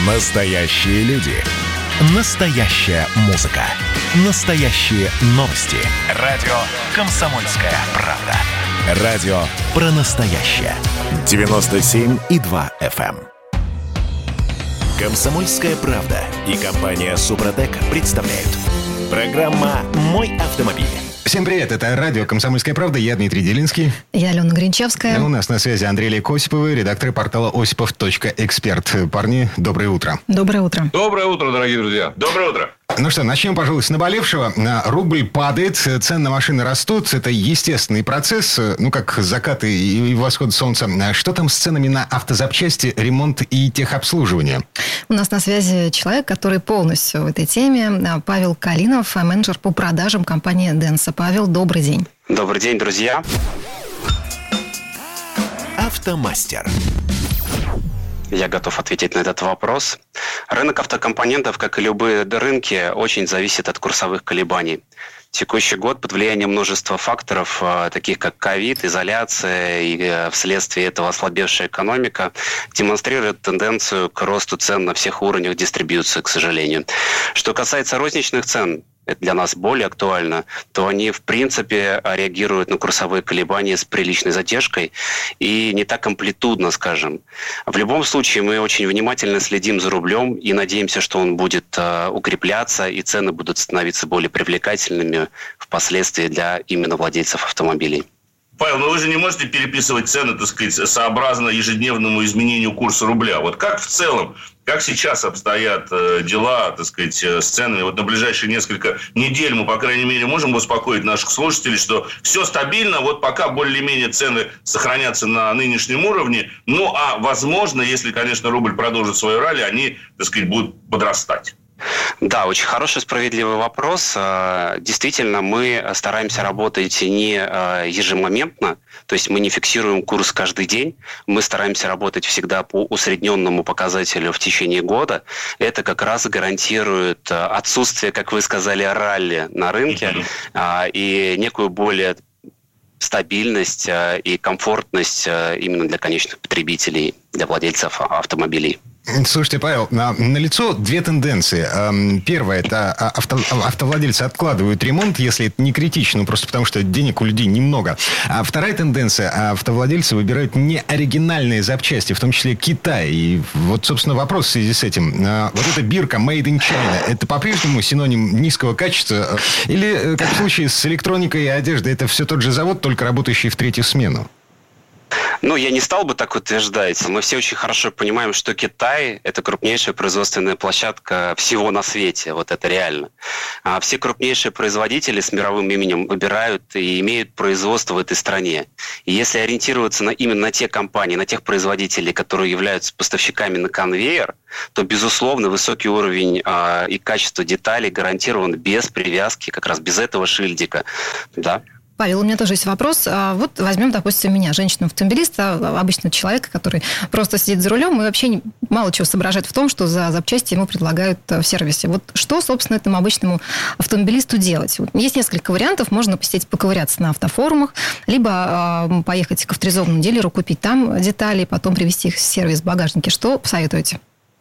Настоящие люди. Настоящая музыка. Настоящие новости. Радио «Комсомольская правда». Радио про настоящее. 97,2 FM. «Комсомольская правда» и компания «Супротек» представляют. Программа «Мой автомобиль». Всем привет, это радио «Комсомольская правда», я Дмитрий Делинский. Я Алена Гринчевская. У нас на связи Андрей Лейк Осиповы, редактор портала осипов.эксперт. Парни, доброе утро. Доброе утро. Доброе утро, дорогие друзья. Доброе утро. Ну что, начнем, пожалуй, с наболевшего. Рубль падает, цены на машины растут. Это естественный процесс, как закаты и восход солнца. Что там с ценами на автозапчасти, ремонт и техобслуживание? У нас на связи человек, который полностью в этой теме. Павел Калинов, менеджер по продажам компании Denso. Павел, добрый день. Добрый день, друзья. Автомастер. Я готов ответить на этот вопрос. Рынок автокомпонентов, как и любые рынки, очень зависит от курсовых колебаний. Текущий год под влиянием множества факторов, таких как ковид, изоляция и вследствие этого ослабевшая экономика, демонстрирует тенденцию к росту цен на всех уровнях дистрибьюции, к сожалению. Что касается розничных цен, это для нас более актуально, то они, в принципе, реагируют на курсовые колебания с приличной задержкой и не так амплитудно, скажем. В любом случае, мы очень внимательно следим за рублем и надеемся, что он будет укрепляться и цены будут становиться более привлекательными впоследствии для именно владельцев автомобилей. Павел, но вы же не можете переписывать цены, так сказать, сообразно ежедневному изменению курса рубля. Вот как в целом, как сейчас обстоят дела, так сказать, с ценами? Вот на ближайшие несколько недель мы, по крайней мере, можем успокоить наших слушателей, что все стабильно, вот пока более-менее цены сохранятся на нынешнем уровне. Ну, а возможно, если, конечно, рубль продолжит свое ралли, они, так сказать, будут подрастать. Да, очень хороший, справедливый вопрос. Действительно, мы стараемся работать не ежемоментно, то есть мы не фиксируем курс каждый день, мы стараемся работать всегда по усредненному показателю в течение года. Это как раз гарантирует отсутствие, как вы сказали, ралли на рынке и некую более стабильность и комфортность именно для конечных потребителей, для владельцев автомобилей. Слушайте, Павел, налицо две тенденции. Первая – это автовладельцы откладывают ремонт, если это не критично, просто потому что денег у людей немного. А вторая тенденция – автовладельцы выбирают неоригинальные запчасти, в том числе Китай. И вот, собственно, вопрос в связи с этим. Вот эта бирка «Made in China» – это по-прежнему синоним низкого качества? Или, как в случае с электроникой и одеждой, это все тот же завод, только работающий в третью смену? Я не стал бы так утверждать. Мы все очень хорошо понимаем, что Китай – это крупнейшая производственная площадка всего на свете. Вот это реально. А все крупнейшие производители с мировым именем выбирают и имеют производство в этой стране. И если ориентироваться именно на те компании, на тех производителей, которые являются поставщиками на конвейер, то, безусловно, высокий уровень и качество деталей гарантирован без привязки, как раз без этого шильдика. Да? Павел, у меня тоже есть вопрос. Вот возьмем, допустим, меня, женщину-автомобилиста, обычного человека, который просто сидит за рулем и вообще мало чего соображает в том, что за запчасти ему предлагают в сервисе. Вот что, собственно, этому обычному автомобилисту делать? Вот есть несколько вариантов. Можно посидеть, поковыряться на автофорумах, либо поехать к авторизованному дилеру, купить там детали, потом привезти их в сервис в багажнике. Что посоветуете?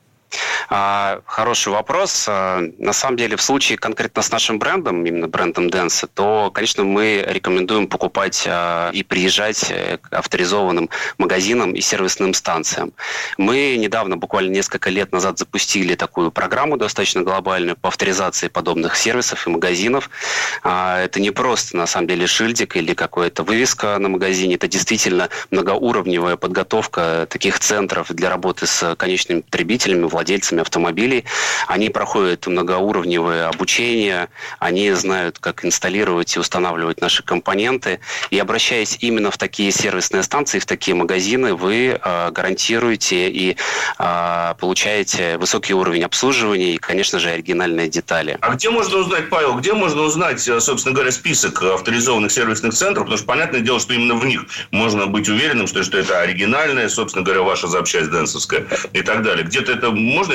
Хороший вопрос. На самом деле, в случае конкретно с нашим брендом, именно брендом Denso, то, конечно, мы рекомендуем покупать и приезжать к авторизованным магазинам и сервисным станциям. Мы недавно, буквально несколько лет назад, запустили такую программу достаточно глобальную по авторизации подобных сервисов и магазинов. Это не просто, на самом деле, шильдик или какая-то вывеска на магазине. Это действительно многоуровневая подготовка таких центров для работы с конечными потребителями, владельцами автомобилей. Они проходят многоуровневое обучение, они знают, как инсталлировать и устанавливать наши компоненты. И обращаясь именно в такие сервисные станции, в такие магазины, вы гарантируете и получаете высокий уровень обслуживания и, конечно же, оригинальные детали. А где можно узнать, Павел, где можно узнать, собственно говоря, список авторизованных сервисных центров? Потому что, понятное дело, что именно в них можно быть уверенным, что это оригинальная, собственно говоря, ваша запчасть денсовская и так далее. Где-то это можно это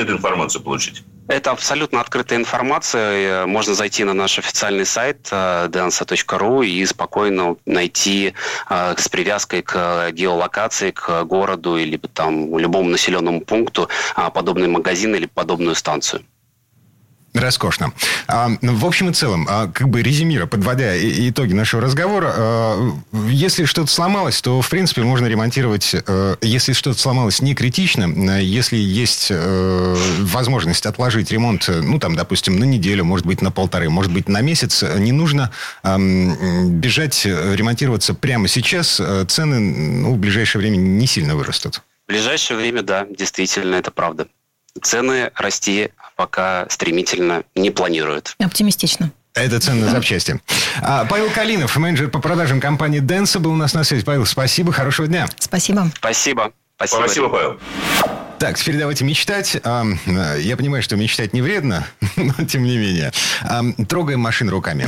эту информацию получить? Это абсолютно открытая информация. Можно зайти на наш официальный сайт densa.ru и спокойно найти с привязкой к геолокации, к городу или там любому населенному пункту подобный магазин или подобную станцию. Роскошно. В общем и целом, как бы резюмируя, подводя итоги нашего разговора, если что-то сломалось, то, в принципе, можно ремонтировать. Если что-то сломалось не критично, если есть возможность отложить ремонт, ну, там, допустим, на неделю, может быть, на 1,5, может быть, на месяц, не нужно бежать ремонтироваться прямо сейчас. Цены в ближайшее время не сильно вырастут. В ближайшее время, да, действительно, это правда. Цены расти пока стремительно не планируют. Оптимистично. Это цены на запчасти. Павел Калинов, менеджер по продажам компании Densa, был у нас на связи. Павел, спасибо, хорошего дня. Спасибо. Спасибо, Павел. Так, теперь давайте мечтать. Я понимаю, что мечтать не вредно, но тем не менее. Трогаем машину руками.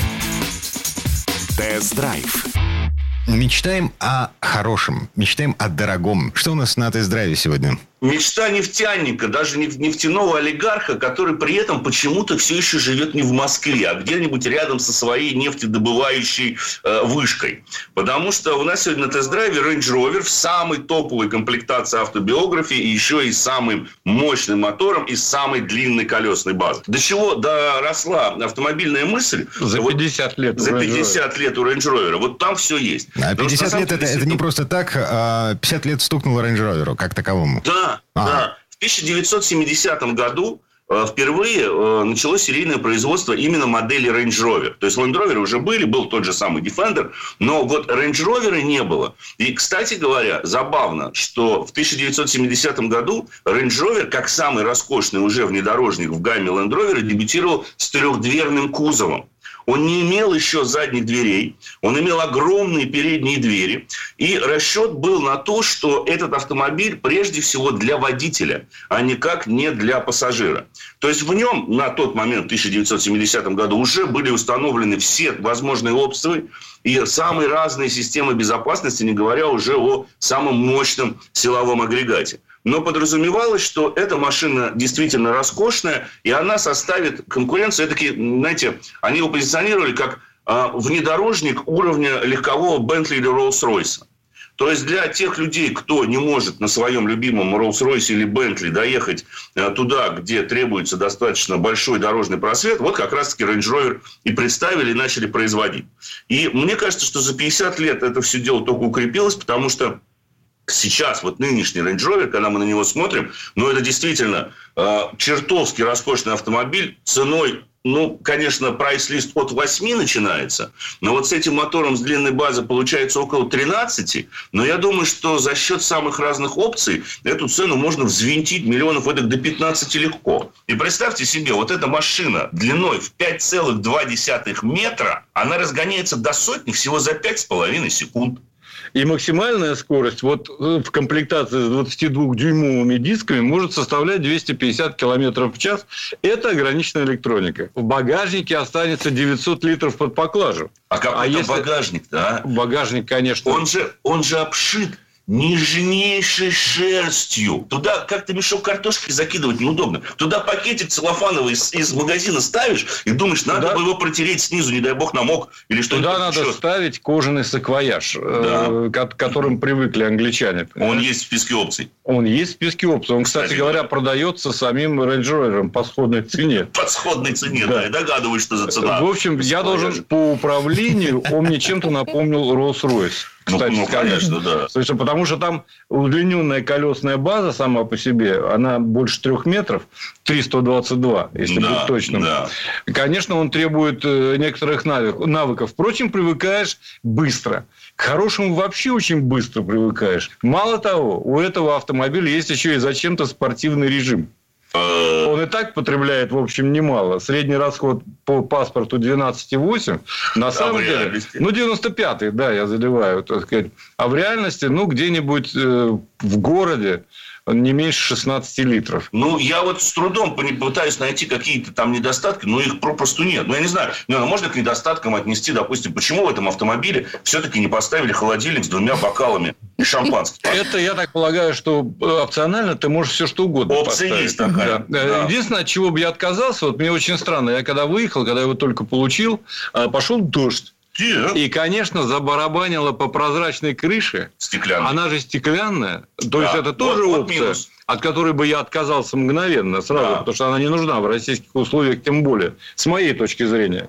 Тест-драйв. Мечтаем о хорошем, мечтаем о дорогом. Что у нас на тест-драйве сегодня? Мечта нефтяника, даже нефтяного олигарха, который при этом почему-то все еще живет не в Москве, а где-нибудь рядом со своей нефтедобывающей вышкой. Потому что у нас сегодня на тест-драйве Range Rover в самой топовой комплектации автобиографии и еще и с самым мощным мотором и с самой длинной колесной базой. До чего доросла автомобильная мысль? За 50 лет. За 50 лет у Range Rover. Вот там все есть. А 50 лет это не просто так. 50 лет стукнуло Range Rover как таковому. Да. В 1970 году впервые началось серийное производство именно модели Range Rover. То есть Land Rover уже был тот же самый Defender, но вот Range Rover не было. И, кстати говоря, забавно, что в 1970 году Range Rover, как самый роскошный уже внедорожник в гамме Land Rover, дебютировал с 3-дверным кузовом. Он не имел еще задних дверей, он имел огромные передние двери. И расчет был на то, что этот автомобиль прежде всего для водителя, а никак не для пассажира. То есть в нем на тот момент, в 1970 году, уже были установлены все возможные опции и самые разные системы безопасности, не говоря уже о самом мощном силовом агрегате. Но подразумевалось, что эта машина действительно роскошная, и она составит конкуренцию. Все-таки, знаете, они его позиционировали как внедорожник уровня легкового Bentley или Rolls-Royce. То есть для тех людей, кто не может на своем любимом Rolls-Royce или Bentley доехать туда, где требуется достаточно большой дорожный просвет, вот как раз-таки Range Rover и представили, и начали производить. И мне кажется, что за 50 лет это все дело только укрепилось, потому что сейчас вот нынешний Range Rover, когда мы на него смотрим, это действительно чертовски роскошный автомобиль ценой, конечно, прайс-лист от 8 начинается, но вот с этим мотором с длинной базой получается около 13, но я думаю, что за счет самых разных опций эту цену можно взвинтить миллионов до 15 легко. И представьте себе, вот эта машина длиной в 5,2 метра, она разгоняется до сотни всего за 5,5 секунд. И максимальная скорость вот в комплектации с 22-дюймовыми дисками может составлять 250 км в час. Это ограниченная электроника. В багажнике останется 900 литров под поклажу. А какой багажник-то? Багажник, конечно. Он же обшит нежнейшей шерстью. Туда как-то мешок картошки закидывать неудобно. Туда пакетик целлофановый из магазина ставишь и думаешь, надо бы его протереть снизу, не дай бог намок или что-нибудь. Туда надо ставить кожаный саквояж, к которым привыкли англичане. Он есть в списке опций. Он есть в списке опций. Он, кстати говоря, продается самим Range Rover по сходной цене. По сходной цене, да. Я догадываюсь, что за цена. В общем, я должен по управлению, он мне чем-то напомнил Rolls-Royce. Кстати, конечно, да. Потому что там удлиненная колесная база сама по себе, она больше 3 метров, 322, если быть точным. Да. Конечно, он требует некоторых навыков. Впрочем, привыкаешь быстро. К хорошему вообще очень быстро привыкаешь. Мало того, у этого автомобиля есть еще и зачем-то спортивный режим. Он и так потребляет, в общем, немало. Средний расход по паспорту 12,8. На самом деле, 95-й, я заливаю, так сказать. А в реальности, где-нибудь в городе, не меньше 16 литров. Ну, я вот с трудом пытаюсь найти какие-то там недостатки, но их попросту нет. Ну, я не знаю, можно к недостаткам отнести, допустим, почему в этом автомобиле все-таки не поставили холодильник с 2 бокалами шампанского? Это, я так полагаю, что опционально ты можешь все что угодно Опция поставить. есть такая. Да. Единственное, от чего бы я отказался, вот мне очень странно, я когда выехал, когда его только получил, пошел дождь. И, конечно, забарабанило по прозрачной крыше. Стеклянная. Она же стеклянная. То есть, это тоже опция, от которой бы я отказался мгновенно сразу, потому что она не нужна в российских условиях, тем более, с моей точки зрения.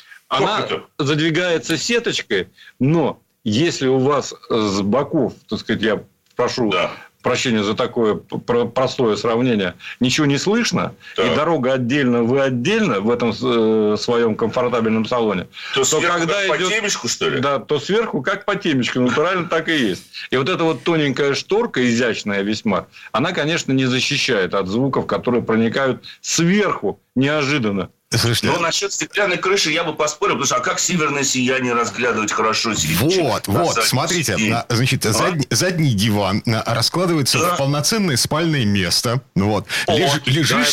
Она задвигается сеточкой, но если у вас с боков, так сказать, я прошу... прощения за такое простое сравнение, ничего не слышно, и дорога отдельно, вы отдельно в этом своем комфортабельном салоне, то сверху когда как идет, по темечку, что ли? Да, то сверху как по темечку, натурально так и есть. И вот эта вот тоненькая шторка, изящная весьма, она, конечно, не защищает от звуков, которые проникают сверху неожиданно. Слушайте, но насчет стеклянной крыши я бы поспорил, потому что а как северное сияние разглядывать хорошо? Вот, смотрите, значит, задний диван раскладывается в полноценное спальное место. Вот. Лежишь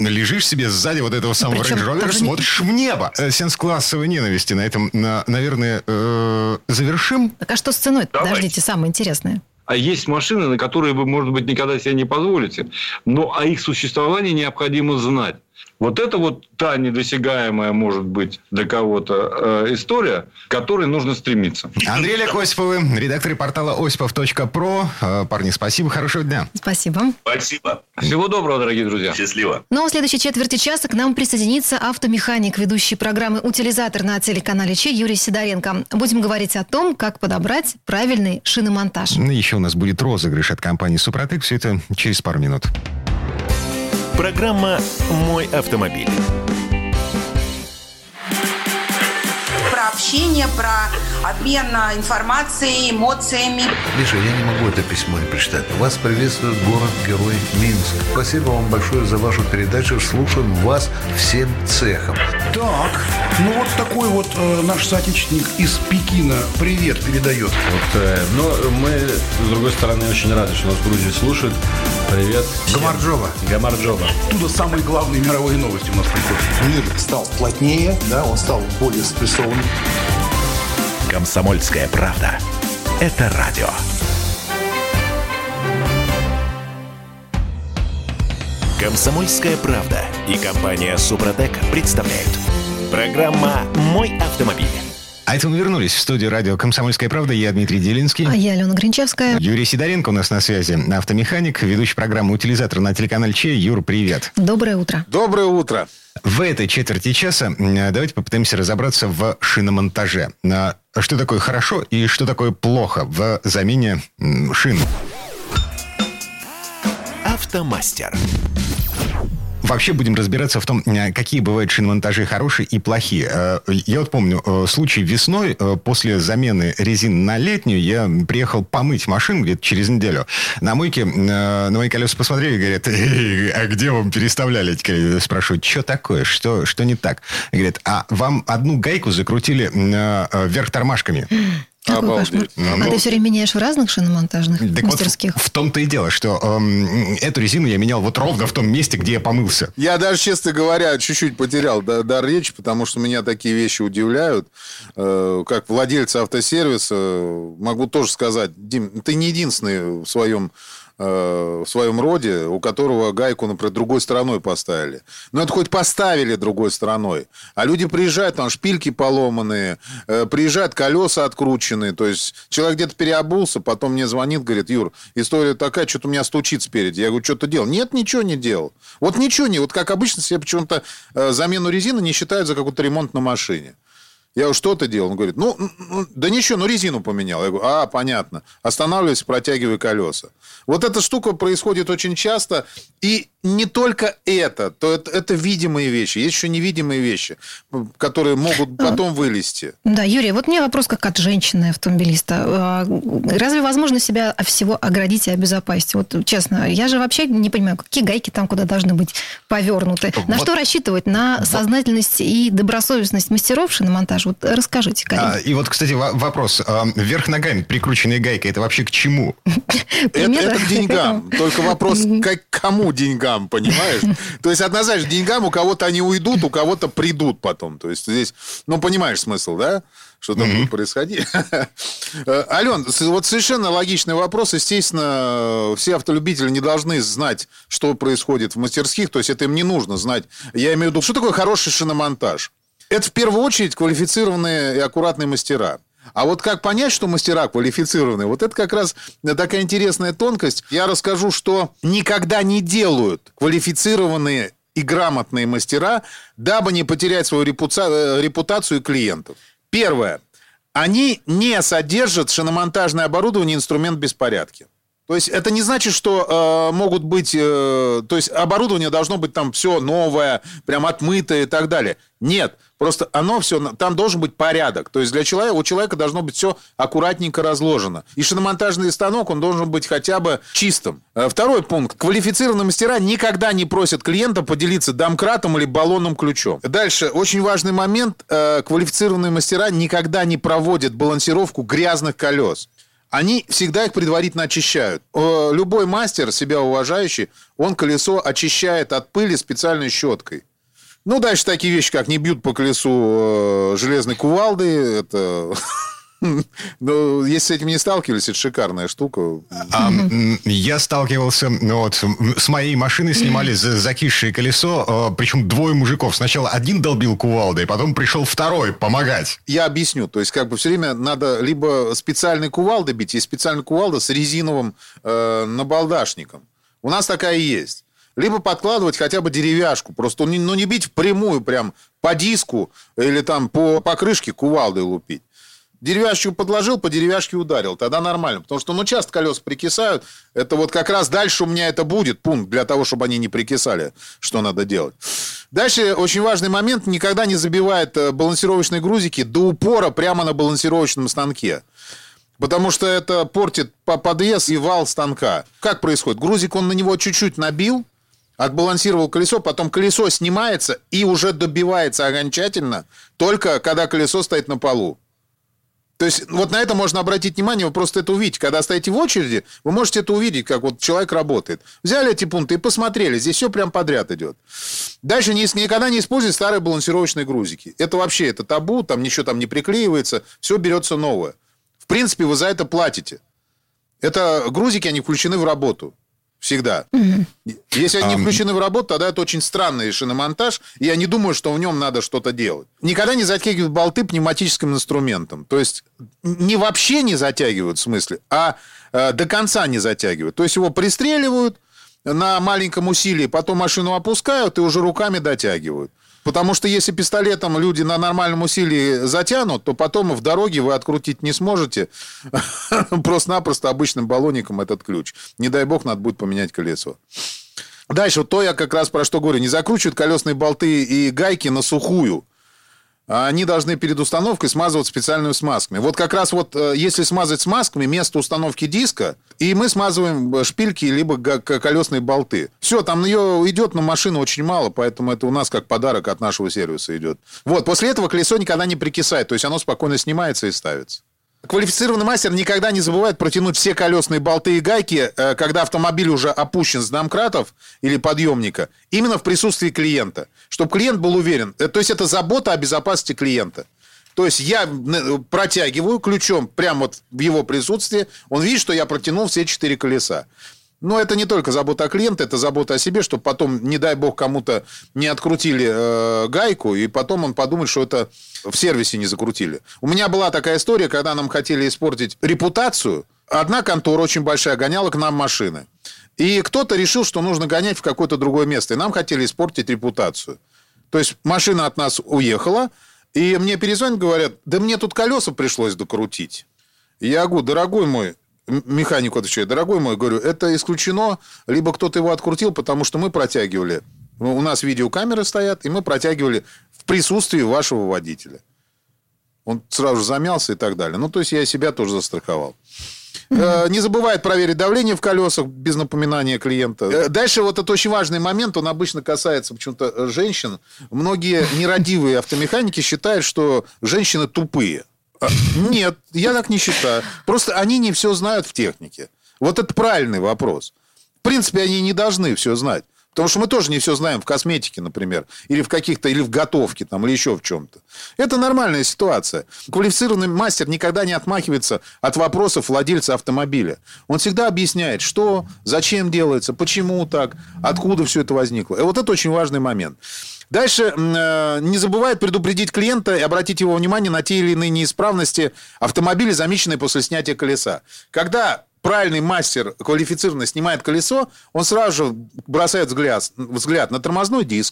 себе сзади вот этого самого Range Rover, смотришь в небо. Сеанс классовой ненависти на этом, наверное, завершим. Так а что с ценой? Подождите, самое интересное. А есть машины, на которые вы, может быть, никогда себе не позволите, но о их существовании необходимо знать. Вот это вот та недосягаемая, может быть, для кого-то история, к которой нужно стремиться. Андрей Олег Осиповы, редактор портала осипов.про. Парни, спасибо, хорошего дня. Спасибо. Спасибо. Всего доброго, дорогие друзья. Счастливо. Ну а в следующей четверти часа к нам присоединится автомеханик, ведущий программы «Утилизатор» на телеканале Че Юрий Сидоренко. Будем говорить о том, как подобрать правильный шиномонтаж. Еще у нас будет розыгрыш от компании «Супротек». Все это через пару минут. Программа «Мой автомобиль». Про общение, про обмен информацией, эмоциями. Миша, я не могу это письмо не прочитать. Вас приветствует город-герой Минск. Спасибо вам большое за вашу передачу. Слушаем вас всем цехом. Так, ну вот такой вот наш соотечественник из Пекина привет передает. Но мы, с другой стороны, очень рады, что нас в Грузии слушают. Привет. Гамарджоба. Оттуда самые главные мировые новости у нас приходят. Мир стал плотнее, да, он стал более спрессованным. «Комсомольская правда». Это радио. «Комсомольская правда» и компания «Супротек» представляют. Программа «Мой автомобиль». А это мы вернулись в студию радио «Комсомольская правда». Я Дмитрий Делинский. А я Алена Гринчевская. Юрий Сидоренко у нас на связи. Автомеханик, ведущий программы «Утилизатор» на телеканале Че. Юр, привет. Доброе утро. Доброе утро. В этой четверти часа давайте попытаемся разобраться в шиномонтаже. Что такое хорошо и что такое плохо в замене шин. Автомастер. Вообще будем разбираться в том, какие бывают шиномонтажи хорошие и плохие. Я вот помню случай весной, после замены резин на летнюю, я приехал помыть машину где-то через неделю. На мойке на мои колеса посмотрели и говорят: а где вам переставляли? Спрашивают, что такое, что не так? Говорят, а вам одну гайку закрутили вверх тормашками. Какой кошмар. А ты все время меняешь в разных шиномонтажных мастерских? Вот в том-то и дело, что эту резину я менял вот ровно в том месте, где я помылся. Я даже, честно говоря, чуть-чуть потерял дар речи, потому что меня такие вещи удивляют. Как владелец автосервиса могу тоже сказать: Дим, ты не единственный в своем роде, у которого гайку, например, другой стороной поставили. Но это хоть поставили другой стороной. А люди приезжают, там шпильки поломанные, приезжают, колеса открученные. То есть человек где-то переобулся, потом мне звонит, говорит: Юр, история такая, что-то у меня стучит спереди. Я говорю, что ты делал? Нет, ничего не делал. Вот ничего не. Вот как обычно себе почему-то замену резины не считают за какой-то ремонт на машине. Я говорю, что ты делал? Он говорит, да ничего, резину поменял. Я говорю, понятно. Останавливайся, протягивай колеса. Вот эта штука происходит очень часто. И не только это, то это видимые вещи. Есть еще невидимые вещи, которые могут потом вылезти. Да, Юрий, вот мне вопрос как от женщины-автомобилиста. Разве возможно себя от всего оградить и обезопасить? Вот честно, я же вообще не понимаю, какие гайки там куда должны быть повернуты. На что рассчитывать? На сознательность и добросовестность мастеров шиномонтажа? Вот расскажите, коллеги. И вот, кстати, вопрос. Вверх ногами прикрученная гайка, это вообще к чему? Это к деньгам. Только вопрос, к кому деньгам, понимаешь? То есть, однозначно, деньгам у кого-то они уйдут, у кого-то придут потом. То есть, здесь, понимаешь смысл, да? Что там будет происходить? Ален, вот совершенно логичный вопрос. Естественно, все автолюбители не должны знать, что происходит в мастерских. То есть, это им не нужно знать. Я имею в виду, что такое хороший шиномонтаж? Это, в первую очередь, квалифицированные и аккуратные мастера. А вот как понять, что мастера квалифицированные, вот это как раз такая интересная тонкость. Я расскажу, что никогда не делают квалифицированные и грамотные мастера, дабы не потерять свою репутацию клиентов. Первое. Они не содержат шиномонтажное оборудование и инструмент в беспорядке. То есть, это не значит, что могут быть... то есть, оборудование должно быть там все новое, прям отмытое и так далее. Нет. Просто оно все... Там должен быть порядок. То есть, у человека должно быть все аккуратненько разложено. И шиномонтажный станок, он должен быть хотя бы чистым. Второй пункт. Квалифицированные мастера никогда не просят клиента поделиться домкратом или баллонным ключом. Дальше. Очень важный момент. Квалифицированные мастера никогда не проводят балансировку грязных колес. Они всегда их предварительно очищают. Любой мастер, себя уважающий, он колесо очищает от пыли специальной щеткой. Дальше такие вещи, как не бьют по колесу железной кувалдой. Это... если с этим не сталкивались, это шикарная штука. Я сталкивался, с моей машины снимали закисшее колесо, причем двое мужиков. Сначала один долбил кувалдой, потом пришел второй помогать. Я объясню. То есть, все время надо либо специальной кувалдой бить, есть специальная кувалда с резиновым набалдашником. У нас такая есть. Либо подкладывать хотя бы деревяшку. Просто не бить впрямую, прям по диску или там по покрышке кувалдой лупить. Деревяшку подложил, по деревяшке ударил. Тогда нормально. Потому что, часто колеса прикисают. Это вот как раз дальше у меня это будет пункт для того, чтобы они не прикисали, что надо делать. Дальше очень важный момент. Никогда не забивает балансировочные грузики до упора прямо на балансировочном станке. Потому что это портит подвес и вал станка. Как происходит? Грузик, он на него чуть-чуть набил, отбалансировал колесо, потом колесо снимается и уже добивается окончательно, только когда колесо стоит на полу. То есть, вот на это можно обратить внимание, вы просто это увидите. Когда стоите в очереди, вы можете это увидеть, как вот человек работает. Взяли эти пункты и посмотрели, здесь все прям подряд идет. Дальше никогда не используйте старые балансировочные грузики. Это вообще это табу, там ничего там не приклеивается, все берется новое. В принципе, вы за это платите. Это грузики, они включены в работу. Всегда. Если они не включены в работу, тогда это очень странный шиномонтаж, и я не думаю, что в нем надо что-то делать. Никогда не затягивают болты пневматическим инструментом. То есть, не вообще не затягивают, в смысле, а до конца не затягивают. То есть, его пристреливают на маленьком усилии, потом машину опускают и уже руками дотягивают. Потому что если пистолетом люди на нормальном усилии затянут, то потом в дороге вы открутить не сможете. Просто-напросто обычным баллонником этот ключ. Не дай бог, надо будет поменять колесо. Дальше, вот то я как раз про что говорю. Не закручивают колесные болты и гайки на сухую. Они должны перед установкой смазывать специальными смазками. Вот как раз вот если смазать смазками, место установки диска, и мы смазываем шпильки либо колесные болты. Все, там ее идет на машину очень мало, поэтому это у нас как подарок от нашего сервиса идет. Вот, после этого колесо никогда не прикисает, то есть оно спокойно снимается и ставится. Квалифицированный мастер никогда не забывает протянуть все колесные болты и гайки, когда автомобиль уже опущен с домкратов или подъемника, именно в присутствии клиента, чтобы клиент был уверен. То есть, это забота о безопасности клиента. То есть, я протягиваю ключом прямо вот в его присутствии, он видит, что я протянул все 4 колеса. Но это не только забота о клиенте, это забота о себе, чтобы потом, не дай бог, кому-то не открутили гайку, и потом он подумает, что это в сервисе не закрутили. У меня была такая история, когда нам хотели испортить репутацию. Одна контора очень большая гоняла к нам машины. И кто-то решил, что нужно гонять в какое-то другое место. И нам хотели испортить репутацию. То есть, машина от нас уехала, и мне перезвонят, говорят, да мне тут колеса пришлось докрутить. И я говорю, дорогой мой, механику отвечаю: дорогой мой, говорю, это исключено, либо кто-то его открутил, потому что мы протягивали. У нас видеокамеры стоят, и мы протягивали в присутствии вашего водителя. Он сразу же замялся и так далее. Ну, то есть, я себя тоже застраховал. Не забывает проверить давление в колесах без напоминания клиента. Дальше вот это очень важный момент, он обычно касается почему-то женщин. Многие нерадивые автомеханики считают, что женщины тупые. Нет, я так не считаю. Просто они не все знают в технике. Вот это правильный вопрос. В принципе, они не должны все знать. Потому что мы тоже не все знаем в косметике, например, или в каких-то, или в готовке, там, или еще в чем-то. Это нормальная ситуация. Квалифицированный мастер никогда не отмахивается от вопросов владельца автомобиля. Он всегда объясняет, что, зачем делается, почему так, откуда все это возникло. И вот это очень важный момент. Дальше не забывает предупредить клиента и обратить его внимание на те или иные неисправности автомобиля, замеченные после снятия колеса. Когда правильный мастер квалифицированно снимает колесо, он сразу же бросает взгляд на тормозной диск,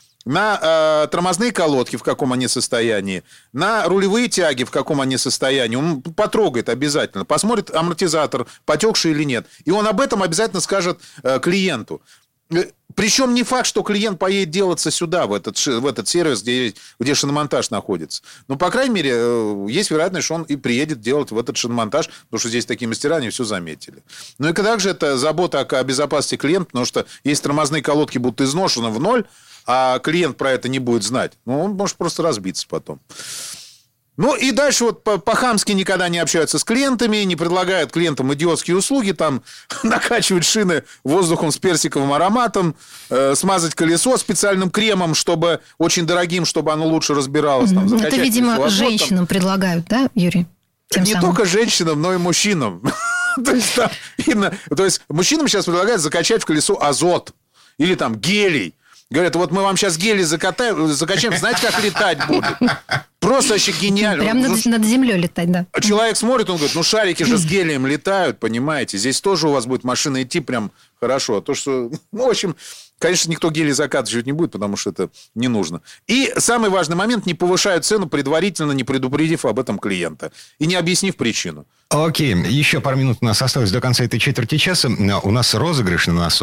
на тормозные колодки, в каком они состоянии, на рулевые тяги, в каком они состоянии. Он потрогает обязательно, посмотрит амортизатор, потекший или нет. И он об этом обязательно скажет клиенту. Причем не факт, что клиент поедет делаться сюда, в этот сервис, где шиномонтаж находится. Но, по крайней мере, есть вероятность, что он и приедет делать в этот шиномонтаж, потому что здесь такие мастера, они все заметили. Ну и также это забота о безопасности клиента, потому что если тормозные колодки будут изношены в ноль, а клиент про это не будет знать, ну, он может просто разбиться потом. Ну, и дальше вот по-хамски никогда не общаются с клиентами, не предлагают клиентам идиотские услуги, там, накачивать шины воздухом с персиковым ароматом, смазать колесо специальным кремом, чтобы очень дорогим, чтобы оно лучше разбиралось. Там, это, видимо, женщинам предлагают, да, Юрий? Не только женщинам, но и мужчинам. То есть, мужчинам сейчас предлагают закачать в колесо азот или там гелий. Говорят, вот мы вам сейчас гели закачаем, знаете, как летать будет? Просто вообще гениально. Прям над землей летать, да. Человек смотрит, он говорит, ну шарики же с гелием летают, понимаете? Здесь тоже у вас будет машина идти прям хорошо. А то, что... Ну, в общем, конечно, никто гели закатывать не будет, потому что это не нужно. И самый важный момент, не повышают цену, предварительно не предупредив об этом клиента. И не объяснив причину. Окей, еще пару минут у нас осталось до конца этой четверти часа. У нас розыгрыш на носу.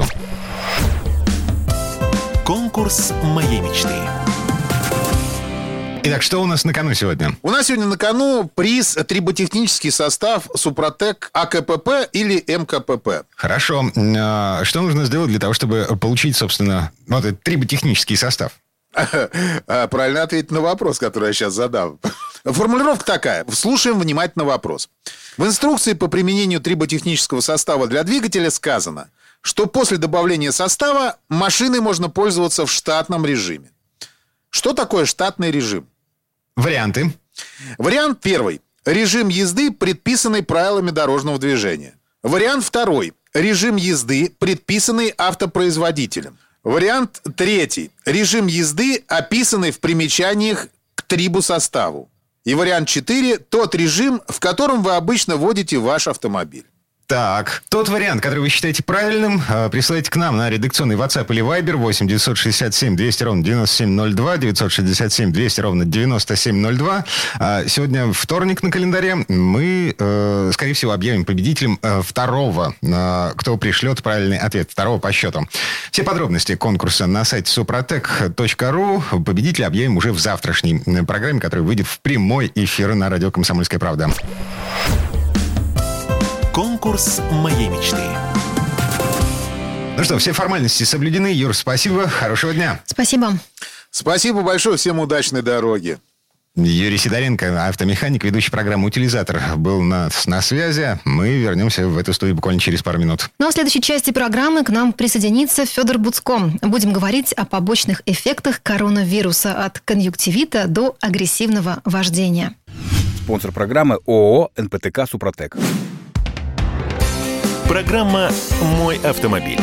Конкурс моей мечты. Итак, что у нас на кону сегодня? У нас сегодня на кону приз триботехнический состав Супротек АКПП или МКПП. Хорошо. Что нужно сделать для того, чтобы получить, собственно, вот этот триботехнический состав? Правильно ответить на вопрос, который я сейчас задам. Формулировка такая. Слушаем внимательно вопрос. В инструкции по применению триботехнического состава для двигателя сказано, что после добавления состава машиной можно пользоваться в штатном режиме. Что такое штатный режим? Варианты. Вариант первый. Режим езды, предписанный правилами дорожного движения. Вариант второй. Режим езды, предписанный автопроизводителем. Вариант третий. Режим езды, описанный в примечаниях к трибосоставу. И вариант 4. Тот режим, в котором вы обычно водите ваш автомобиль. Так, тот вариант, который вы считаете правильным, присылайте к нам на редакционный WhatsApp или Viber 8 967 200 ровно 9702, 967 200 ровно 9702. Сегодня вторник на календаре. Мы, скорее всего, объявим победителем второго, кто пришлет правильный ответ, второго по счету. Все подробности конкурса на сайте suprotec.ru. Победителя объявим уже в завтрашней программе, которая выйдет в прямой эфир на радио «Комсомольская правда». Конкурс моей мечты. Ну что, все формальности соблюдены. Юр, спасибо. Хорошего дня. Спасибо. Спасибо большое. Всем удачной дороги. Юрий Сидоренко, автомеханик, ведущий программы «Утилизатор», был на связи. Мы вернемся в эту студию буквально через пару минут. Ну а в следующей части программы к нам присоединится Федор Буцко. Будем говорить о побочных эффектах коронавируса от конъюнктивита до агрессивного вождения. Спонсор программы ООО «НПТК Супротек». Программа «Мой автомобиль».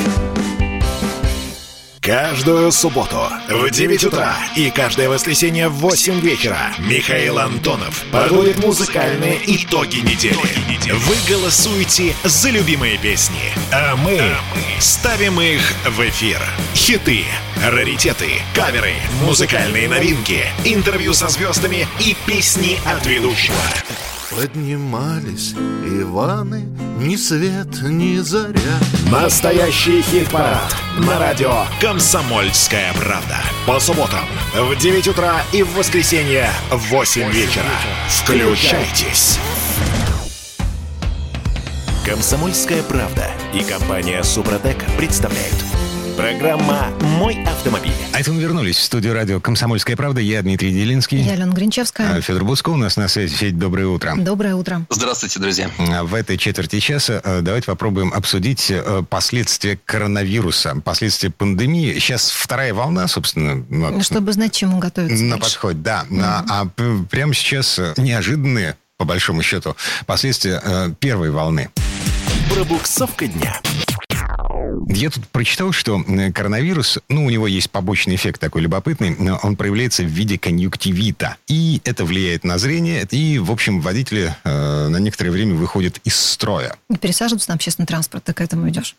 Каждую субботу в 9 утра и каждое воскресенье в 8 вечера Михаил Антонов подводит музыкальные итоги недели. Вы голосуете за любимые песни, а мы ставим их в эфир. Хиты, раритеты, каверы, музыкальные новинки, интервью со звездами и песни от ведущего. Поднимались Иваны, ни свет, ни заря. Настоящий хит-парад на радио «Комсомольская правда». По субботам в 9 утра и в воскресенье в 8 вечера. Включайтесь. «Комсомольская правда» и компания «Супротек» представляют. Программа «Мой автомобиль». А это мы вернулись в студию радио «Комсомольская правда». Я Дмитрий Делинский. Я Алена Гринчевская. Федор Буцко у нас на связи. Федь, доброе утро. Доброе утро. Здравствуйте, друзья. В этой четверти часа давайте попробуем обсудить последствия коронавируса, последствия пандемии. Сейчас вторая волна, собственно. Чтобы знать, чему готовиться. На подходе, да. А прямо сейчас неожиданные, по большому счету, последствия первой волны. Пробуксовка дня. Я тут прочитал, что коронавирус, у него есть побочный эффект такой любопытный, он проявляется в виде конъюнктивита. И это влияет на зрение, и, в общем, водители на некоторое время выходят из строя. И пересаживаются на общественный транспорт, ты к этому идешь?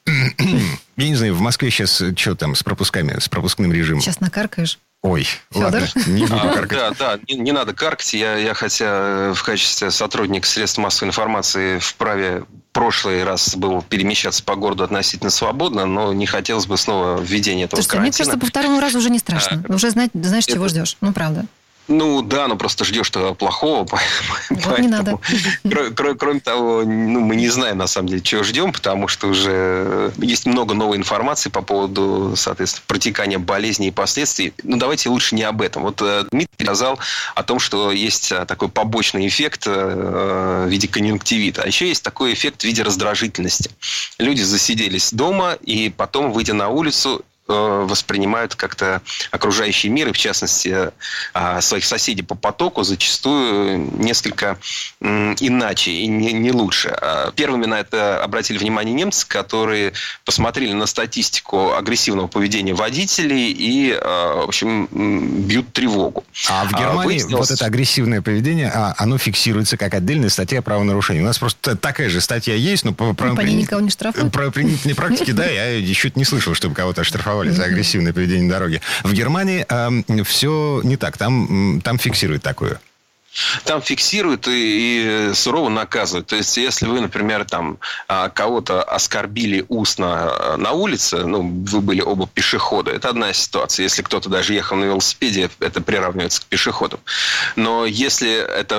Я не знаю, в Москве сейчас что там с пропусками, с пропускным режимом? Сейчас накаркаешь. Ой, Федор? Ладно, не буду каркать. Да, не надо каркать. Я хотя в качестве сотрудника средств массовой информации вправе прошлый раз был перемещаться по городу относительно свободно, но не хотелось бы снова введения этого карантина. Мне кажется, по второму разу уже не страшно. Уже знаешь, чего ждешь. Правда. Да, просто ждешь того плохого. Вот не надо. Кроме того, мы не знаем, на самом деле, чего ждем, потому что уже есть много новой информации по поводу, соответственно, протекания болезни и последствий. Давайте лучше не об этом. Вот Дмитрий сказал о том, что есть такой побочный эффект в виде конъюнктивита. А еще есть такой эффект в виде раздражительности. Люди засиделись дома, и потом, выйдя на улицу, воспринимают как-то окружающий мир, и в частности своих соседей по потоку зачастую несколько иначе и не лучше. Первыми на это обратили внимание немцы, которые посмотрели на статистику агрессивного поведения водителей и, в общем, бьют тревогу. А в Германии вот это агрессивное поведение, оно фиксируется как отдельная статья правонарушения. У нас просто такая же статья есть, но по ней никого не штрафуют. Про применительной практике, да, я еще не слышал, чтобы кого-то оштрафовали за агрессивное поведение на дороге. В Германии все не так. Там фиксируют такое. Там фиксируют и сурово наказывают. То есть, если вы, например, кого-то оскорбили устно на улице, вы были оба пешехода, это одна ситуация. Если кто-то даже ехал на велосипеде, это приравнивается к пешеходам. Но если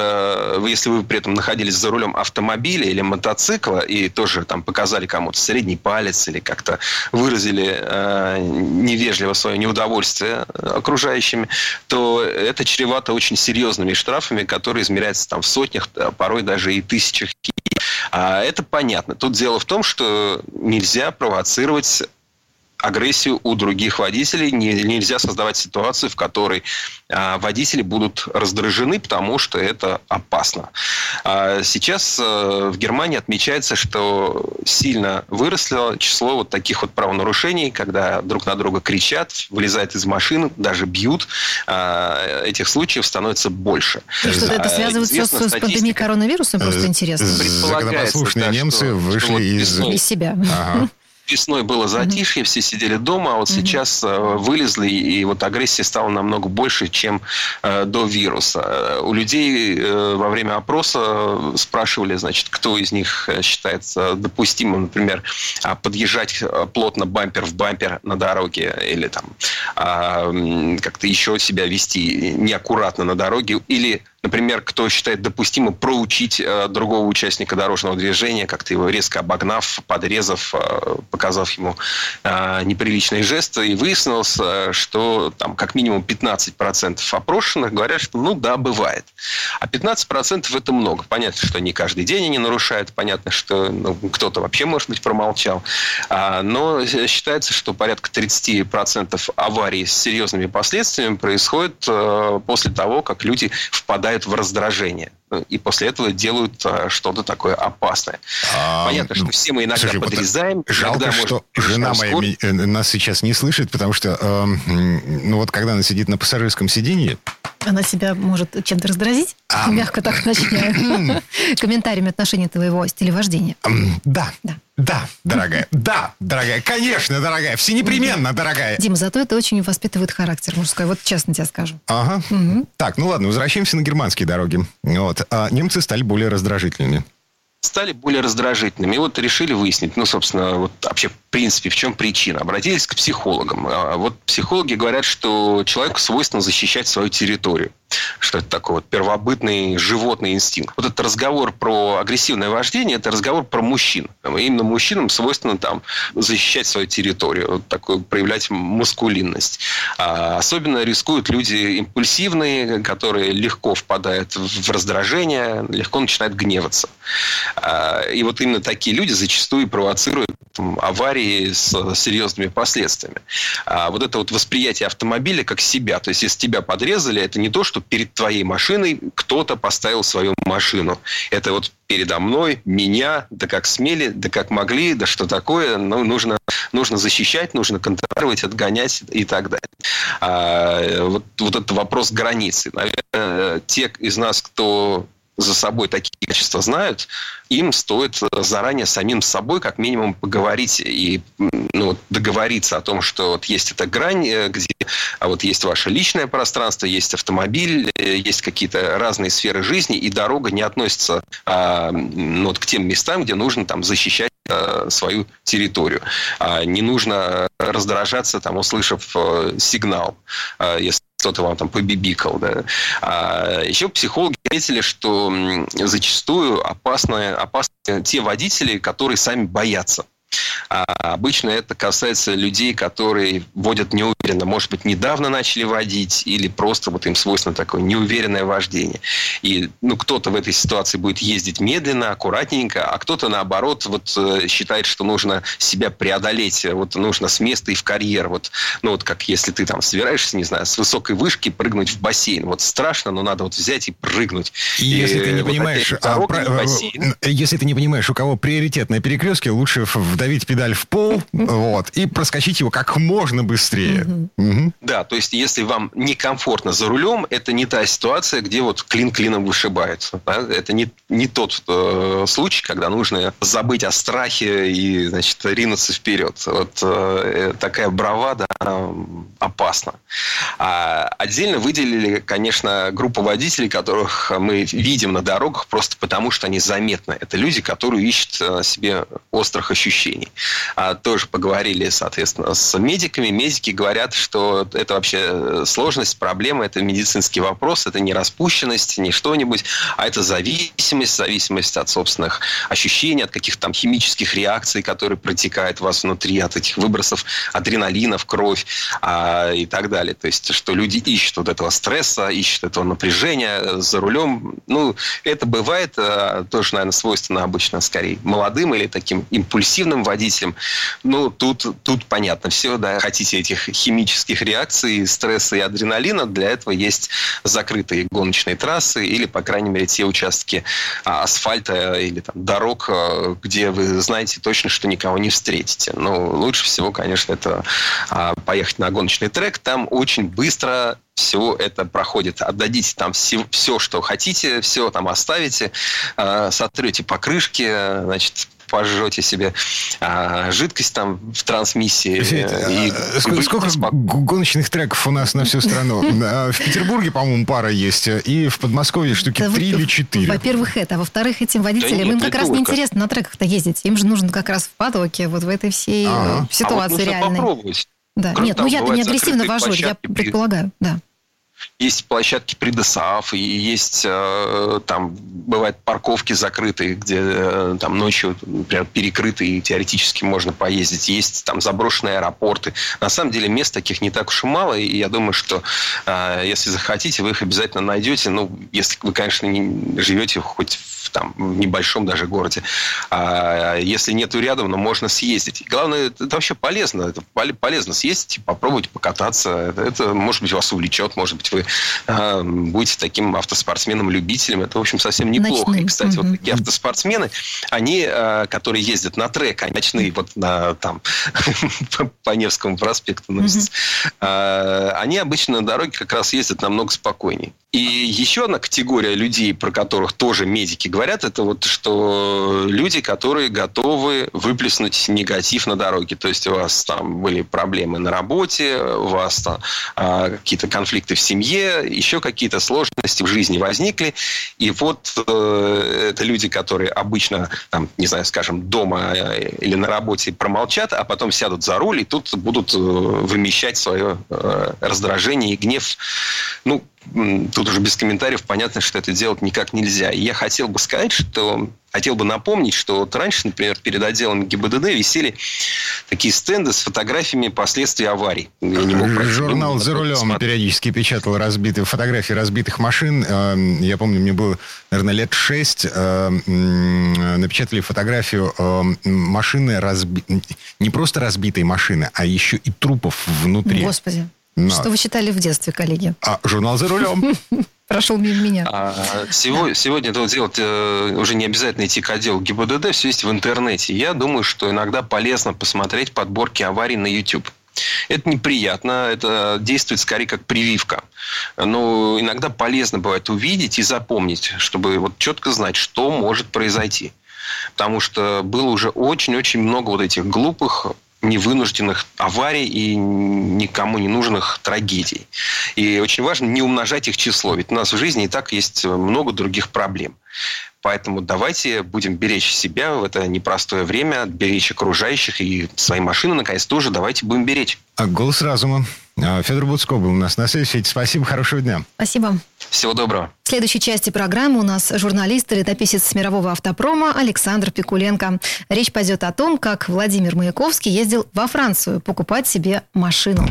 вы при этом находились за рулем автомобиля или мотоцикла и тоже показали кому-то средний палец или как-то выразили невежливо свое неудовольствие окружающими, то это чревато очень серьезными штрафами, которые измеряются в сотнях, порой даже и тысячах. Это понятно. Тут дело в том, что нельзя провоцировать агрессию у других водителей, нельзя создавать ситуацию, в которой водители будут раздражены, потому что это опасно. Сейчас в Германии отмечается, что сильно выросло число таких правонарушений, когда друг на друга кричат, вылезают из машин, даже бьют. Этих случаев становится больше. Что-то это связывается с пандемией коронавируса? Просто интересно. Законопослушные немцы вышли из себя. Ага. Весной было затишье, все сидели дома, а вот сейчас вылезли, и агрессия стала намного больше, чем до вируса. У людей во время опроса спрашивали, кто из них считается допустимым, например, подъезжать плотно бампер в бампер на дороге, или как-то еще себя вести неаккуратно на дороге, или, например, кто считает допустимым проучить другого участника дорожного движения, как-то его резко обогнав, подрезав, показав ему неприличные жесты. И выяснилось, что как минимум 15% опрошенных говорят, что да, бывает. А 15% это много. Понятно, что не каждый день они нарушают. Понятно, что кто-то вообще, может быть, промолчал. Но считается, что порядка 30% аварий с серьезными последствиями происходит после того, как люди впадают в раздражение. И после этого делают что-то такое опасное. Понятно, что все мы иногда подрезаем. Жалко, что жена моя нас сейчас не слышит, потому что когда она сидит на пассажирском сиденье, Она себя может чем-то раздразить? Мягко так начинаем. Комментариями отношения твоего стиля вождения. Да, дорогая. Да, дорогая. Конечно, дорогая. Всенепременно, дорогая. Дима, зато это очень воспитывает характер мужской. Вот честно тебе скажу. Ага. Так, ну ладно, возвращаемся на германские дороги. Вот. Немцы стали более раздражительными. Стали более раздражительными. И вот решили выяснить, собственно, вот вообще, в принципе, в чем причина. Обратились к психологам. Вот психологи говорят, что человеку свойственно защищать свою территорию. Что это такой вот первобытный животный инстинкт. Вот этот разговор про агрессивное вождение, это разговор про мужчин. Именно мужчинам свойственно там защищать свою территорию, вот такую, проявлять маскулинность. Особенно рискуют люди импульсивные, которые легко впадают в раздражение, легко начинают гневаться. И вот именно такие люди зачастую провоцируют аварии с серьезными последствиями. Вот это вот восприятие автомобиля как себя. То есть, если тебя подрезали, это не то, что перед твоей машиной кто-то поставил свою машину. Это вот передо мной, меня, да как смели, да как могли, да что такое. Нужно защищать, нужно контролировать, отгонять и так далее. Вот это вопрос границы. Наверное, те из нас, кто за собой такие качества знают, им стоит заранее самим с собой как минимум поговорить и договориться о том, что вот есть эта грань, где вот есть ваше личное пространство, есть автомобиль, есть какие-то разные сферы жизни, и дорога не относится к тем местам, где нужно там защищать свою территорию. Не нужно раздражаться, услышав сигнал, если кто-то вам там побибикал. Да. Еще психологи отметили, что зачастую опасны те водители, которые сами боятся. Обычно это касается людей, которые водят неуверенно. Может быть, недавно начали водить, или просто вот им свойственно такое неуверенное вождение. И кто-то в этой ситуации будет ездить медленно, аккуратненько, а кто-то, наоборот, считает, что нужно себя преодолеть. Нужно с места и в карьер. Как если ты там собираешься, не знаю, с высокой вышки прыгнуть в бассейн. Страшно, но надо взять и прыгнуть. И если ты не понимаешь, если ты не понимаешь, у кого приоритет на перекрестке, лучше вдавить педаль в пол, и проскочить его как можно быстрее. Да, то есть, если вам некомфортно за рулем, это не та ситуация, где клин клином вышибается. Да? Это не тот случай, когда нужно забыть о страхе и, ринуться вперед. Такая бравада опасна. Отдельно выделили, конечно, группу водителей, которых мы видим на дорогах просто потому, что они заметны. Это люди, которые ищут себе острых ощущений. Тоже поговорили, соответственно, с медиками. Медики говорят, что это вообще сложность, проблема, это медицинский вопрос, это не распущенность, не что-нибудь, а это зависимость от собственных ощущений, от каких-то там химических реакций, которые протекают у вас внутри, от этих выбросов адреналина в кровь и так далее. То есть, что люди ищут этого стресса, ищут этого напряжения за рулем. Это бывает тоже, наверное, свойственно обычно скорее молодым или таким импульсивным водителям. Тут понятно все, да. Хотите этих химических реакций, стресса и адреналина, для этого есть закрытые гоночные трассы или, по крайней мере, те участки асфальта или дорог, где вы знаете точно, что никого не встретите. Лучше всего, конечно, это поехать на гоночный трек. Там очень быстро все это проходит. Отдадите там все, что хотите, все там оставите, сотрете покрышки, пожжете себе жидкость там в трансмиссии. Сколько гоночных треков у нас на всю страну? В Петербурге, по-моему, пара есть, и в Подмосковье штуки 3 или 4. Во-первых, это. Во-вторых, этим водителям им как раз неинтересно на треках-то ездить. Им же нужно как раз в потоке, в этой всей ситуации реальной. Попробовать. Да. Нет, я-то не агрессивно вожу, я предполагаю, да. Есть площадки при ДСАФ, и есть там бывают парковки закрытые, где там ночью, например, перекрыты, и теоретически можно поездить. Есть там заброшенные аэропорты. На самом деле мест таких не так уж и мало, и я думаю, что если захотите, вы их обязательно найдете. Если вы, конечно, не живете хоть в там, в небольшом даже городе. А если нету рядом, но можно съездить. И главное, это вообще полезно. Это полезно съездить и попробовать покататься. Это, может быть, вас увлечет, может быть, вы будете таким автоспортсменом-любителем. Это, в общем, совсем неплохо. Ночным. И, кстати, вот такие автоспортсмены, они, которые ездят на трек, они ночные, вот там по Невскому проспекту носятся, они обычно на дороге как раз ездят намного спокойнее. И еще одна категория людей, про которых тоже медики говорят, это вот что люди, которые готовы выплеснуть негатив на дороге. То есть у вас там были проблемы на работе, у вас там какие-то конфликты в семье, еще какие-то сложности в жизни возникли. И вот это люди, которые обычно, там, не знаю, скажем, дома или на работе промолчат, а потом сядут за руль и тут будут вымещать свое раздражение и гнев. Ну, тут уже без комментариев понятно, что это делать никак нельзя. И я хотел бы напомнить, что вот раньше, например, перед отделом ГИБДД висели такие стенды с фотографиями последствий аварий. Журнал «За рулем» периодически печатал фотографии разбитых машин. Я помню, мне было, наверное, лет 6. Напечатали фотографию машины, не просто разбитой машины, а еще и трупов внутри. Господи. Что вы читали в детстве, коллеги? Журнал «За рулем». Прошел мимо меня. Сегодня это делать уже не обязательно идти к отделу ГИБДД, все есть в интернете. Я думаю, что иногда полезно посмотреть подборки аварий на YouTube. Это неприятно, это действует скорее как прививка. Но иногда полезно бывает увидеть и запомнить, чтобы вот четко знать, что может произойти. Потому что было уже очень-очень много вот этих глупых, невынужденных аварий и никому не нужных трагедий. И очень важно не умножать их число. Ведь у нас в жизни и так есть много других проблем. Поэтому давайте будем беречь себя в это непростое время, беречь окружающих и свои машины, наконец, тоже давайте будем беречь. Голос разума. Федор Буцко был у нас на связи. Федь, спасибо, хорошего дня. Спасибо. Всего доброго. В следующей части программы у нас журналист и летописец мирового автопрома Александр Пикуленко. Речь пойдет о том, как Владимир Маяковский ездил во Францию покупать себе машину.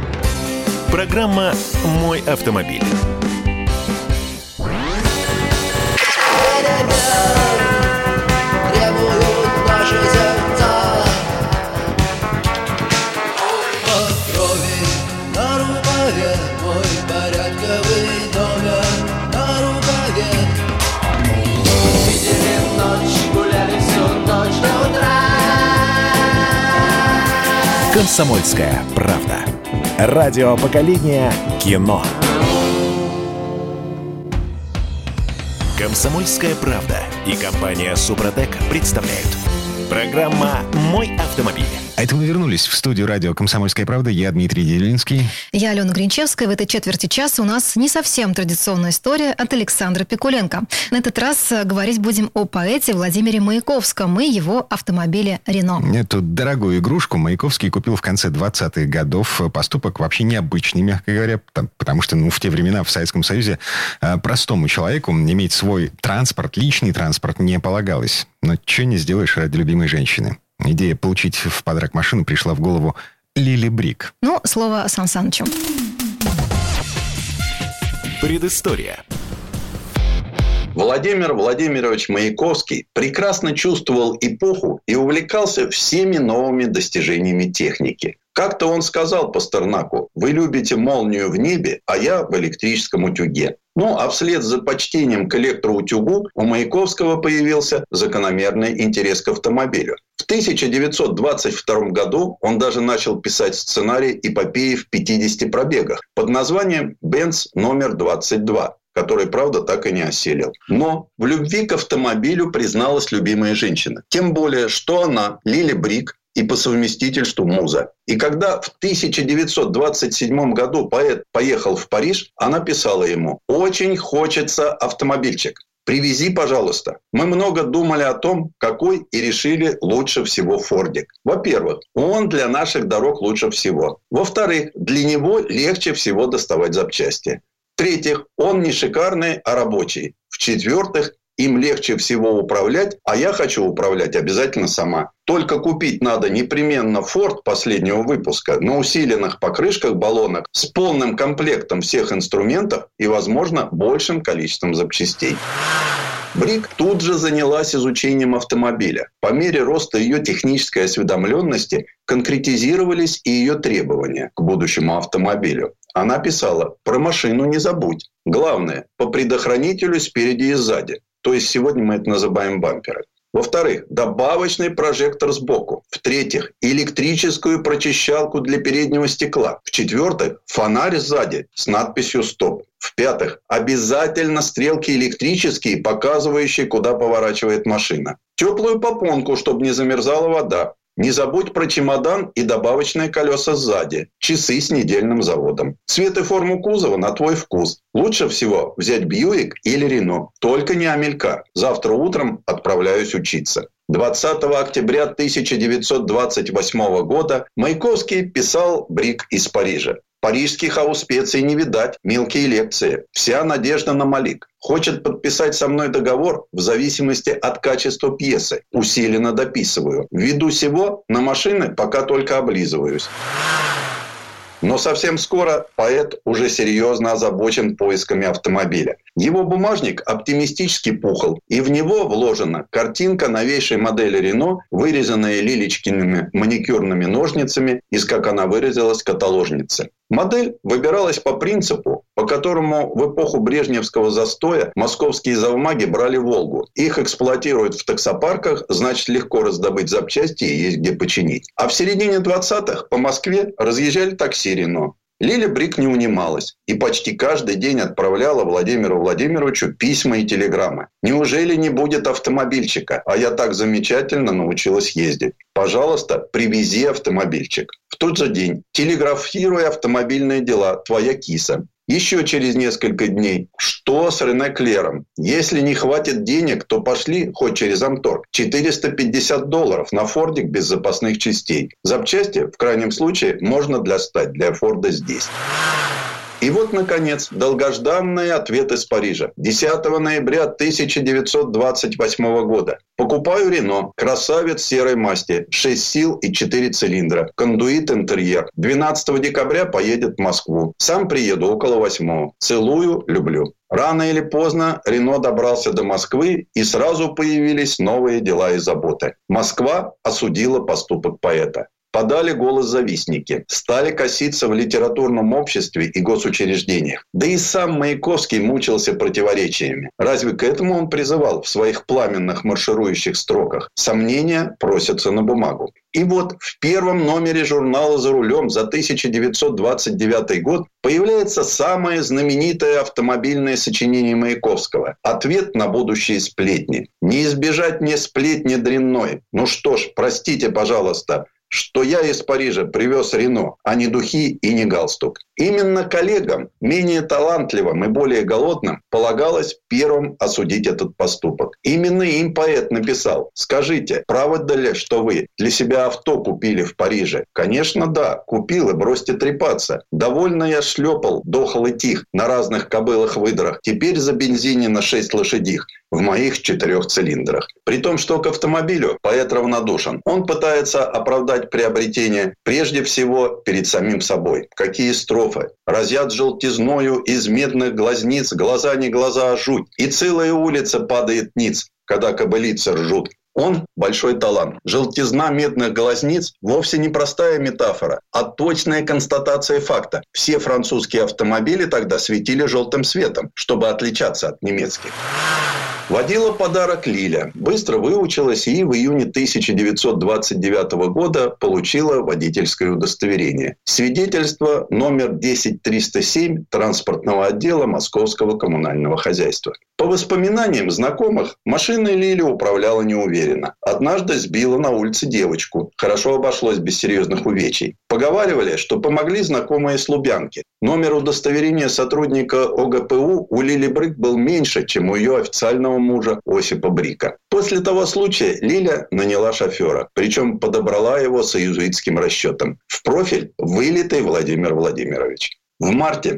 Программа «Мой автомобиль». «Комсомольская правда». Радио поколения кино. «Комсомольская правда» и компания «Супротек» представляют. Программа «Мой автомобиль». А это мы вернулись в студию радио «Комсомольская правда». Я Дмитрий Делинский. Я Алена Гринчевская. В этой четверти часа у нас не совсем традиционная история от Александра Пикуленко. На этот раз говорить будем о поэте Владимире Маяковском и его автомобиле «Рено». Эту дорогую игрушку Маяковский купил в конце 20-х годов. Поступок вообще необычный, мягко говоря, потому что в те времена в Советском Союзе простому человеку иметь свой транспорт, личный транспорт не полагалось. Но что не сделаешь ради любимой женщины. Идея получить в подарок машину пришла в голову Лили Брик. Слово Сан Санычу. Предыстория. Владимир Владимирович Маяковский прекрасно чувствовал эпоху и увлекался всеми новыми достижениями техники. Как-то он сказал Пастернаку: «Вы любите молнию в небе, а я в электрическом утюге». А вслед за почтением к электроутюгу у Маяковского появился закономерный интерес к автомобилю. В 1922 году он даже начал писать сценарий эпопеи в 50 пробегах под названием «Бенц номер 22», который, правда, так и не осилил. Но в любви к автомобилю призналась любимая женщина. Тем более, что она, Лили Брик, и по совместительству муза. И когда в 1927 году поэт поехал в Париж, она писала ему: «Очень хочется автомобильчик. Привези, пожалуйста». Мы много думали о том, какой, и решили лучше всего Фордик. Во-первых, он для наших дорог лучше всего. Во-вторых, для него легче всего доставать запчасти. В-третьих, он не шикарный, а рабочий. В-четвертых, им легче всего управлять, а я хочу управлять обязательно сама. Только купить надо непременно Ford последнего выпуска на усиленных покрышках-баллонах с полным комплектом всех инструментов и, возможно, большим количеством запчастей. Брик тут же занялась изучением автомобиля. По мере роста ее технической осведомленности конкретизировались и ее требования к будущему автомобилю. Она писала: про машину не забудь. Главное, по предохранителю спереди и сзади. То есть сегодня мы это называем бамперы. Во-вторых, добавочный прожектор сбоку. В-третьих, электрическую прочищалку для переднего стекла. В-четвертых, фонарь сзади с надписью «Стоп». В-пятых, обязательно стрелки электрические, показывающие, куда поворачивает машина. Теплую попонку, чтобы не замерзала вода. Не забудь про чемодан и добавочные колеса сзади. Часы с недельным заводом. Цвет и форму кузова на твой вкус. Лучше всего взять Бьюик или Рено. Только не Амелька. Завтра утром отправляюсь учиться. 20 октября 1928 года Маяковский писал Брик из Парижа. Парижских ауспеций не видать, мелкие лекции. Вся надежда на Малик. Хочет подписать со мной договор в зависимости от качества пьесы. Усиленно дописываю. Ввиду сего на машины пока только облизываюсь. Но совсем скоро поэт уже серьезно озабочен поисками автомобиля. Его бумажник оптимистически пухл, и в него вложена картинка новейшей модели Рено, вырезанная Лилечкиными маникюрными ножницами из, как она выразилась, каталожницы. Модель выбиралась по принципу, по которому в эпоху брежневского застоя московские завмаги брали «Волгу». Их эксплуатируют в таксопарках, значит, легко раздобыть запчасти и есть где починить. А в середине 20-х по Москве разъезжали такси «Рено». Лиля Брик не унималась и почти каждый день отправляла Владимиру Владимировичу письма и телеграммы. «Неужели не будет автомобильчика? А я так замечательно научилась ездить. Пожалуйста, привези автомобильчик». В тот же день: «Телеграфируй автомобильные дела, твоя киса». Еще через несколько дней: «Что с Рене Клером? Если не хватит денег, то пошли хоть через Амторг. $450 на фордик без запасных частей. Запчасти, в крайнем случае, можно достать для форда здесь». И вот, наконец, долгожданный ответ из Парижа. 10 ноября 1928 года. Покупаю Рено. Красавец серой масти. 6 сил и 4 цилиндра. Кондуит интерьер. 12 декабря поедет в Москву. Сам приеду около 8. Целую, люблю. Рано или поздно Рено добрался до Москвы, и сразу появились новые дела и заботы. Москва осудила поступок поэта. Подали голос завистники, стали коситься в литературном обществе и госучреждениях. Да и сам Маяковский мучился противоречиями. Разве к этому он призывал в своих пламенных марширующих строках? Сомнения просятся на бумагу. И вот в первом номере журнала «За рулем» за 1929 год появляется самое знаменитое автомобильное сочинение Маяковского. Ответ на будущие сплетни. «Не избежать мне сплетни дрянной. Ну что ж, простите, пожалуйста, что я из Парижа привез Рено, а не духи и не галстук». Именно коллегам, менее талантливым и более голодным, полагалось первым осудить этот поступок. Именно им поэт написал: «Скажите, правда ли, что вы для себя авто купили в Париже?» «Конечно, да, купил, и бросьте трепаться. Довольно я шлепал, дохал и тих на разных кобылах-выдрах. Теперь за бензине на 6 лошадих в моих 4 цилиндрах». При том, что к автомобилю поэт равнодушен. Он пытается оправдать приобретение прежде всего перед самим собой. Какие строфы! «Разят желтизною из медных глазниц, глаза не глаза, а жуть. И целая улица падает ниц, когда кобылицы ржут». Он большой талант. Желтизна медных глазниц вовсе не простая метафора, а точная констатация факта. Все французские автомобили тогда светили желтым светом, чтобы отличаться от немецких. Водила подарок Лиля. Быстро выучилась и в июне 1929 года получила водительское удостоверение. Свидетельство номер 10307 транспортного отдела Московского коммунального хозяйства. По воспоминаниям знакомых, машиной Лиля управляла неуверенно. Однажды сбила на улице девочку. Хорошо обошлось без серьезных увечий. Поговаривали, что помогли знакомые с Лубянки. Номер удостоверения сотрудника ОГПУ у Лили Брик был меньше, чем у ее официального мужа Осипа Брика. После того случая Лиля наняла шофера, причем подобрала его с иезуитским расчетом. В профиль вылитый Владимир Владимирович. В марте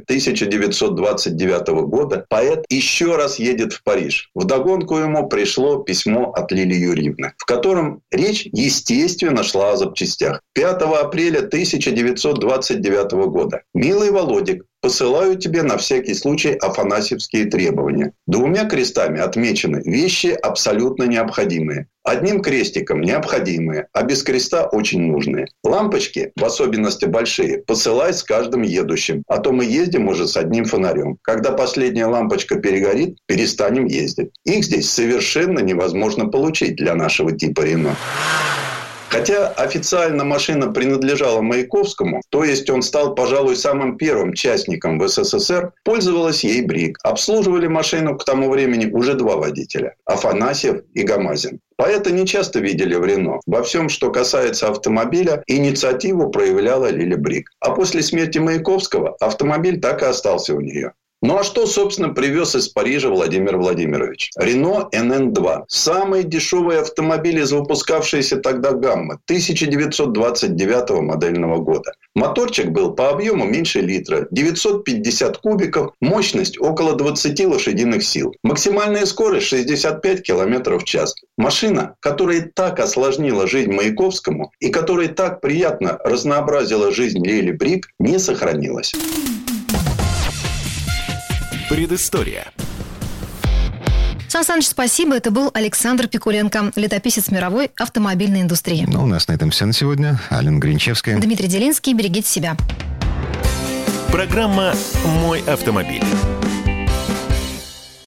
1929 года поэт еще раз едет в Париж. Вдогонку ему пришло письмо от Лили Юрьевны, в котором речь, естественно, шла о запчастях. 5 апреля 1929 года. «Милый Володик, посылаю тебе на всякий случай афанасьевские требования. 2 крестами отмечены вещи абсолютно необходимые. 1 крестиком необходимые, а без креста очень нужные. Лампочки, в особенности большие, посылай с каждым едущим. А то мы ездим уже с 1 фонарем. Когда последняя лампочка перегорит, перестанем ездить. Их здесь совершенно невозможно получить для нашего типа Рено. Хотя официально машина принадлежала Маяковскому, то есть он стал, пожалуй, самым первым частником в СССР, пользовалась ей БРИК. Обслуживали машину к тому времени уже 2 водителя – Афанасьев и Гамазин. Поэта не часто видели в Рено. Во всем, что касается автомобиля, инициативу проявляла Лиля Брик. А после смерти Маяковского автомобиль так и остался у нее. Ну а что, собственно, привез из Парижа Владимир Владимирович? Рено НН-2. Самый дешевый автомобиль из выпускавшейся тогда гаммы 1929 модельного года. Моторчик был по объему меньше литра, 950 кубиков, мощность около 20 лошадиных сил. Максимальная скорость 65 км в час. Машина, которая так осложнила жизнь Маяковскому и которая так приятно разнообразила жизнь Лили Брик, не сохранилась. Предыстория. Сан Саныч, спасибо. Это был Александр Пикуленко, летописец мировой автомобильной индустрии. Ну, у нас на этом все на сегодня. Алена Гринчевская. Дмитрий Делинский. Берегите себя. Программа «Мой автомобиль».